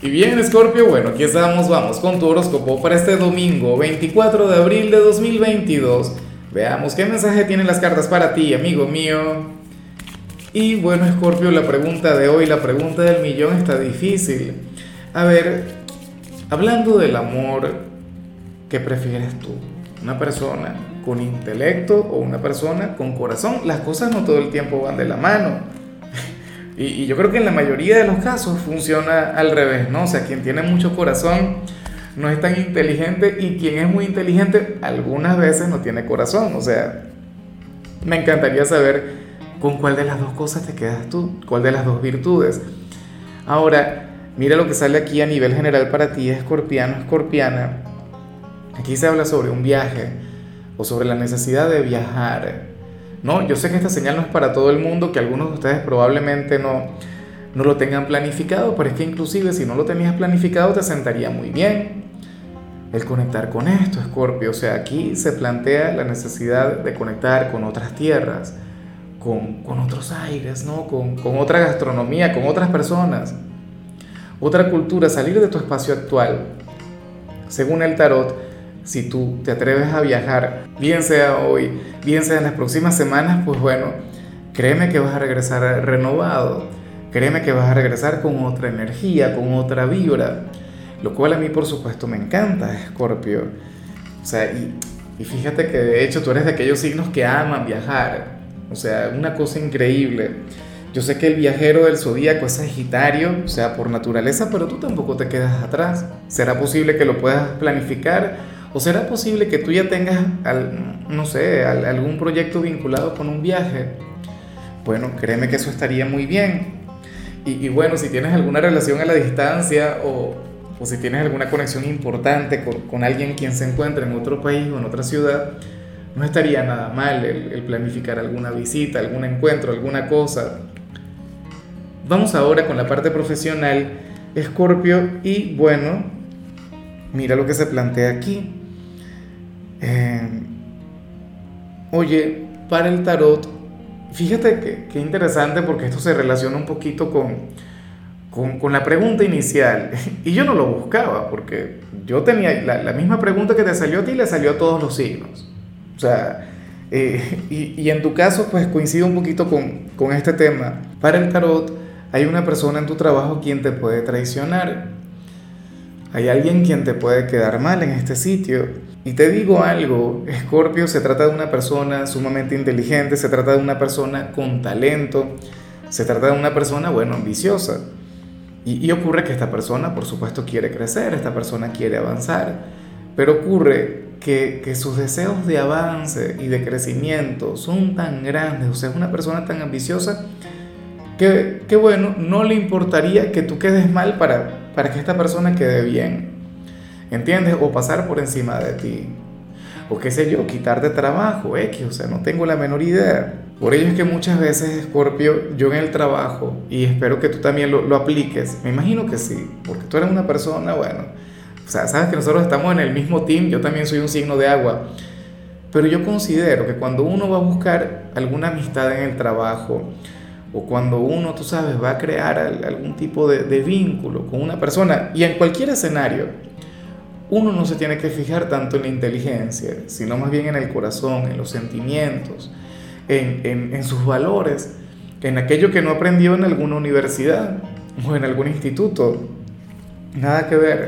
Y bien, Escorpio, bueno, aquí estamos, vamos con tu horóscopo para este domingo, 24 de abril de 2022. Veamos qué mensaje tienen las cartas para ti, amigo mío. Y bueno, Escorpio, la pregunta de hoy, la pregunta del millón está difícil. A ver, hablando del amor, ¿qué prefieres tú? ¿Una persona con intelecto o una persona con corazón? Las cosas no todo el tiempo van de la mano. Y yo creo que en la mayoría de los casos funciona al revés, ¿no? O sea, quien tiene mucho corazón no es tan inteligente y quien es muy inteligente algunas veces no tiene corazón. O sea, me encantaría saber con cuál de las dos cosas te quedas tú, cuál de las dos virtudes. Ahora, mira lo que sale aquí a nivel general para ti, escorpiano, escorpiana. Aquí se habla sobre un viaje o sobre la necesidad de viajar. No, yo sé que esta señal no es para todo el mundo, que algunos de ustedes probablemente no lo tengan planificado, pero es que inclusive si no lo tenías planificado te sentaría muy bien el conectar con esto, Escorpio. O sea, aquí se plantea la necesidad de conectar con otras tierras, con otros aires, ¿no? Con otra gastronomía, con otras personas, otra cultura, salir de tu espacio actual. Según el tarot, si tú te atreves a viajar, bien sea hoy, bien sea en las próximas semanas, pues bueno, créeme que vas a regresar renovado, créeme que vas a regresar con otra energía, con otra vibra, lo cual a mí por supuesto me encanta, Escorpio. O sea, y fíjate que de hecho tú eres de aquellos signos que aman viajar, o sea, una cosa increíble. Yo sé que el viajero del zodíaco es Sagitario, o sea, por naturaleza, pero tú tampoco te quedas atrás. ¿Será posible que lo puedas planificar? ¿O será posible que tú ya tengas, no sé, algún proyecto vinculado con un viaje? Bueno, créeme que eso estaría muy bien. Y bueno, si tienes alguna relación a la distancia o si tienes alguna conexión importante con alguien quien se encuentra en otro país o en otra ciudad, no estaría nada mal el planificar alguna visita, algún encuentro, alguna cosa. Vamos ahora con la parte profesional, Escorpio, y bueno, mira lo que se plantea aquí. Oye, para el tarot, fíjate que interesante porque esto se relaciona un poquito con la pregunta inicial. Y yo no lo buscaba porque yo tenía la misma pregunta que te salió a ti, le salió a todos los signos. O sea, y en tu caso, pues coincido un poquito con este tema. Para el tarot, hay una persona en tu trabajo quien te puede traicionar. Hay alguien quien te puede quedar mal en este sitio. Y te digo algo, Escorpio, se trata de una persona sumamente inteligente, se trata de una persona con talento, se trata de una persona, bueno, ambiciosa. Y ocurre que esta persona, por supuesto, quiere crecer, esta persona quiere avanzar, pero ocurre que sus deseos de avance y de crecimiento son tan grandes, o sea, es una persona tan ambiciosa que bueno, no le importaría que tú quedes mal para que esta persona quede bien. ¿Entiendes? O pasar por encima de ti. O qué sé yo, quitarte trabajo, X, o sea, no tengo la menor idea. Por ello es que muchas veces, Escorpio, yo en el trabajo, y espero que tú también lo apliques, me imagino que sí, porque tú eres una persona, bueno, o sea, sabes que nosotros estamos en el mismo team, yo también soy un signo de agua, pero yo considero que cuando uno va a buscar alguna amistad en el trabajo, o cuando uno, tú sabes, va a crear algún tipo de vínculo con una persona, y en cualquier escenario, uno no se tiene que fijar tanto en la inteligencia, sino más bien en el corazón, en los sentimientos, en sus valores, en aquello que no aprendió en alguna universidad o en algún instituto. Nada que ver.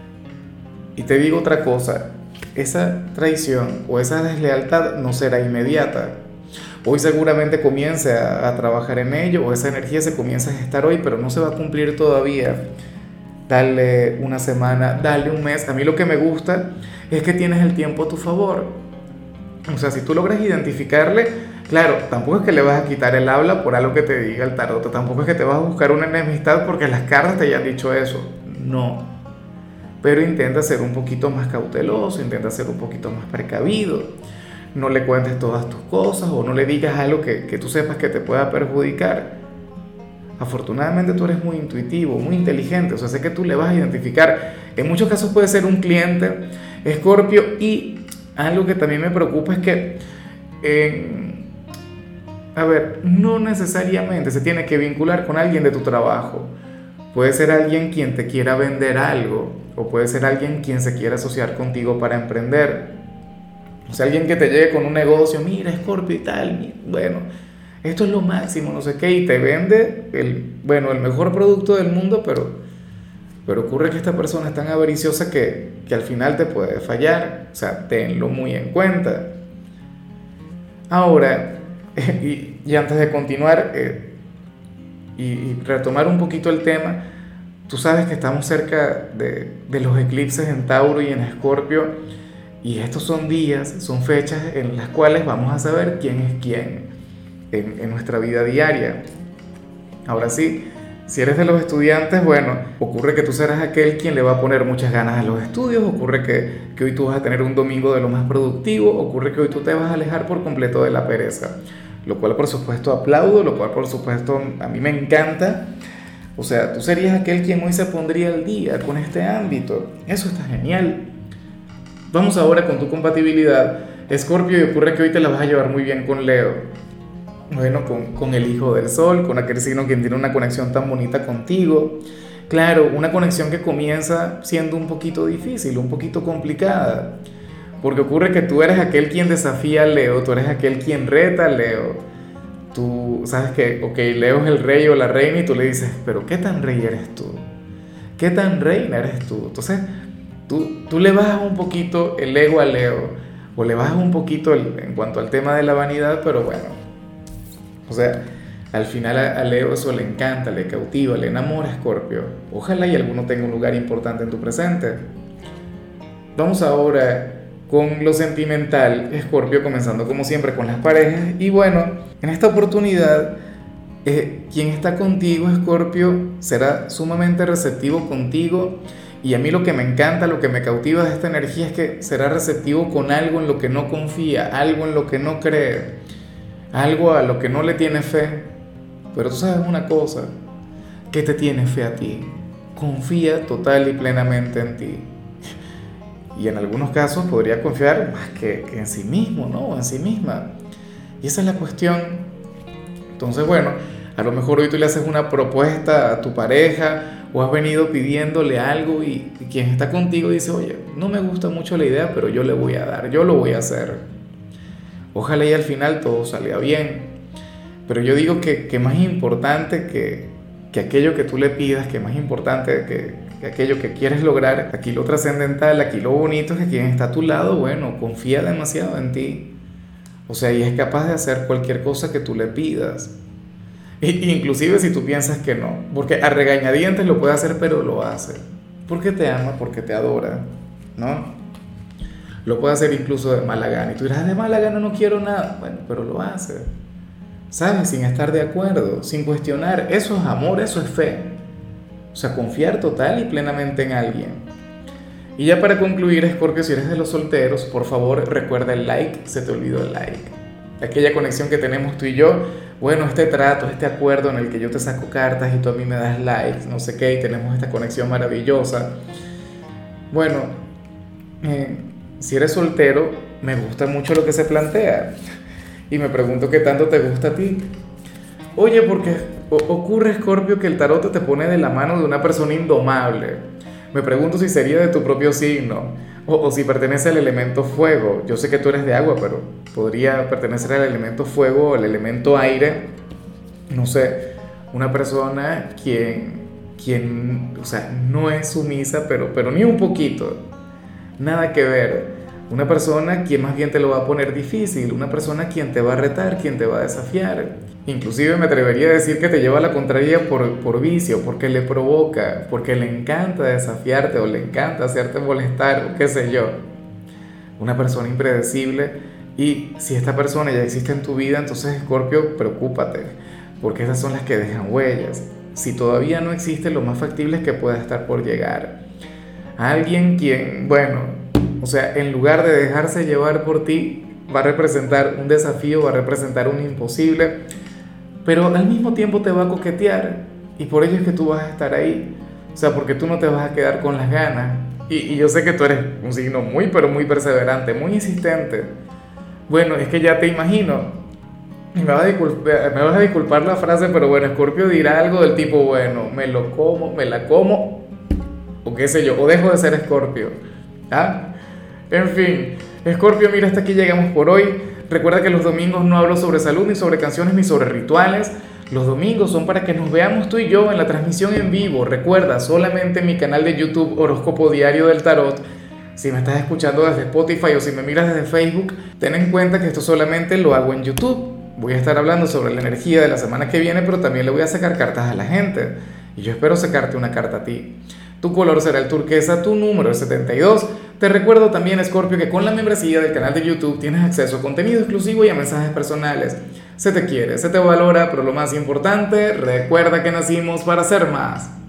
Y te digo otra cosa, esa traición o esa deslealtad no será inmediata. Hoy seguramente comience a trabajar en ello o esa energía se comienza a gestar hoy, pero no se va a cumplir todavía. Dale una semana, dale un mes. A mí lo que me gusta es que tienes el tiempo a tu favor. O sea, si tú logras identificarle, claro, tampoco es que le vas a quitar el habla por algo que te diga el tarot, tampoco es que te vas a buscar una enemistad porque las cartas te hayan dicho eso. No. Pero intenta ser un poquito más cauteloso, intenta ser un poquito más precavido. No le cuentes todas tus cosas o no le digas algo que tú sepas que te pueda perjudicar. Afortunadamente tú eres muy intuitivo, muy inteligente, o sea, sé que tú le vas a identificar. En muchos casos puede ser un cliente, Escorpio, y algo que también me preocupa es que, a ver, no necesariamente se tiene que vincular con alguien de tu trabajo. Puede ser alguien quien te quiera vender algo, o puede ser alguien quien se quiera asociar contigo para emprender. O sea, alguien que te llegue con un negocio, mira, Scorpio y tal, bueno, esto es lo máximo, no sé qué, y te vende el mejor producto del mundo, pero ocurre que esta persona es tan avariciosa que al final te puede fallar. O sea, tenlo muy en cuenta. Ahora, y antes de continuar y retomar un poquito el tema, tú sabes que estamos cerca de los eclipses en Tauro y en Escorpio, y estos son días, son fechas en las cuales vamos a saber quién es quién en nuestra vida diaria. Ahora sí, si eres de los estudiantes, bueno, ocurre que tú serás aquel quien le va a poner muchas ganas a los estudios, ocurre que hoy tú vas a tener un domingo de lo más productivo, ocurre que hoy tú te vas a alejar por completo de la pereza, lo cual por supuesto aplaudo, lo cual por supuesto a mí me encanta. O sea, tú serías aquel quien hoy se pondría al día con este ámbito, eso está genial. Vamos ahora con tu compatibilidad, Escorpio, y ocurre que hoy te la vas a llevar muy bien con Leo. Bueno, con el hijo del sol, con aquel signo quien tiene una conexión tan bonita contigo. Claro, una conexión que comienza siendo un poquito difícil, un poquito complicada, porque ocurre que tú eres aquel quien desafía a Leo, tú eres aquel quien reta a Leo. Tú sabes que, ok, Leo es el rey o la reina y tú le dices, pero ¿qué tan rey eres tú? ¿Qué tan reina eres tú? Entonces, tú le bajas un poquito el ego a Leo, o le bajas un poquito en cuanto al tema de la vanidad, pero bueno. O sea, al final a Leo eso le encanta, le cautiva, le enamora a Escorpio. Ojalá y alguno tenga un lugar importante en tu presente. Vamos ahora con lo sentimental, Escorpio, comenzando como siempre con las parejas. Y bueno, en esta oportunidad, quien está contigo, Escorpio, será sumamente receptivo contigo. Y a mí lo que me encanta, lo que me cautiva de esta energía es que será receptivo con algo en lo que no confía, algo en lo que no cree, algo a lo que no le tiene fe. Pero tú sabes una cosa, que te tiene fe a ti, confía total y plenamente en ti. Y en algunos casos podría confiar más que en sí mismo, ¿no? O en sí misma. Y esa es la cuestión. Entonces, bueno, a lo mejor hoy tú le haces una propuesta a tu pareja o has venido pidiéndole algo y quien está contigo dice, oye, no me gusta mucho la idea, pero yo le voy a dar, yo lo voy a hacer. Ojalá y al final todo salga bien. Pero yo digo que más importante que aquello que tú le pidas, que más importante que aquello que quieres lograr, aquí lo trascendental, aquí lo bonito es que quien está a tu lado, bueno, confía demasiado en ti. O sea, y es capaz de hacer cualquier cosa que tú le pidas. Inclusive si tú piensas que no, porque a regañadientes lo puede hacer, pero lo hace. Porque te ama, porque te adora, ¿no? Lo puede hacer incluso de mala gana. Y tú dirás, de mala gana no quiero nada. Bueno, pero lo hace. ¿Sabes? Sin estar de acuerdo, sin cuestionar. Eso es amor, eso es fe. O sea, confiar total y plenamente en alguien. Y ya para concluir, Escorpio, si eres de los solteros, por favor recuerda el like, se te olvidó el like. Aquella conexión que tenemos tú y yo, bueno, este trato, este acuerdo en el que yo te saco cartas y tú a mí me das likes, no sé qué, y tenemos esta conexión maravillosa. Bueno, si eres soltero, me gusta mucho lo que se plantea. Y me pregunto qué tanto te gusta a ti. Oye, porque ocurre, Escorpio, que el tarot te pone de la mano de una persona indomable. Me pregunto si sería de tu propio signo o si pertenece al elemento fuego. Yo sé que tú eres de agua, pero podría pertenecer al elemento fuego o al elemento aire. No sé, una persona quien o sea, no es sumisa, pero ni un poquito. Nada que ver. Una persona quien más bien te lo va a poner difícil, una persona quien te va a retar, quien te va a desafiar. Inclusive me atrevería a decir que te lleva a la contraria por vicio, porque le provoca, porque le encanta desafiarte o le encanta hacerte molestar o qué sé yo. Una persona impredecible, y si esta persona ya existe en tu vida, entonces, Escorpio, preocúpate, porque esas son las que dejan huellas. Si todavía no existe, lo más factible es que pueda estar por llegar. Alguien quien, bueno, o sea, en lugar de dejarse llevar por ti, va a representar un desafío, va a representar un imposible, pero al mismo tiempo te va a coquetear y por ello es que tú vas a estar ahí. O sea, porque tú no te vas a quedar con las ganas. Y yo sé que tú eres un signo muy, pero muy perseverante, muy insistente. Bueno, es que ya te imagino Me vas a disculpar la frase, pero bueno, Scorpio dirá algo del tipo, bueno, me lo como, me la como, o qué sé yo, o dejo de ser Scorpio. ¿Ah? En fin, Scorpio, mira, hasta aquí llegamos por hoy. Recuerda que los domingos no hablo sobre salud, ni sobre canciones, ni sobre rituales. Los domingos son para que nos veamos tú y yo en la transmisión en vivo. Recuerda, solamente en mi canal de YouTube Horóscopo Diario del Tarot. Si me estás escuchando desde Spotify o si me miras desde Facebook, ten en cuenta que esto solamente lo hago en YouTube. Voy a estar hablando sobre la energía de la semana que viene, pero también le voy a sacar cartas a la gente. Y yo espero sacarte una carta a ti. Tu color será el turquesa, tu número es 72. Te recuerdo también, Scorpio, que con la membresía del canal de YouTube tienes acceso a contenido exclusivo y a mensajes personales. Se te quiere, se te valora, pero lo más importante, recuerda que nacimos para ser más.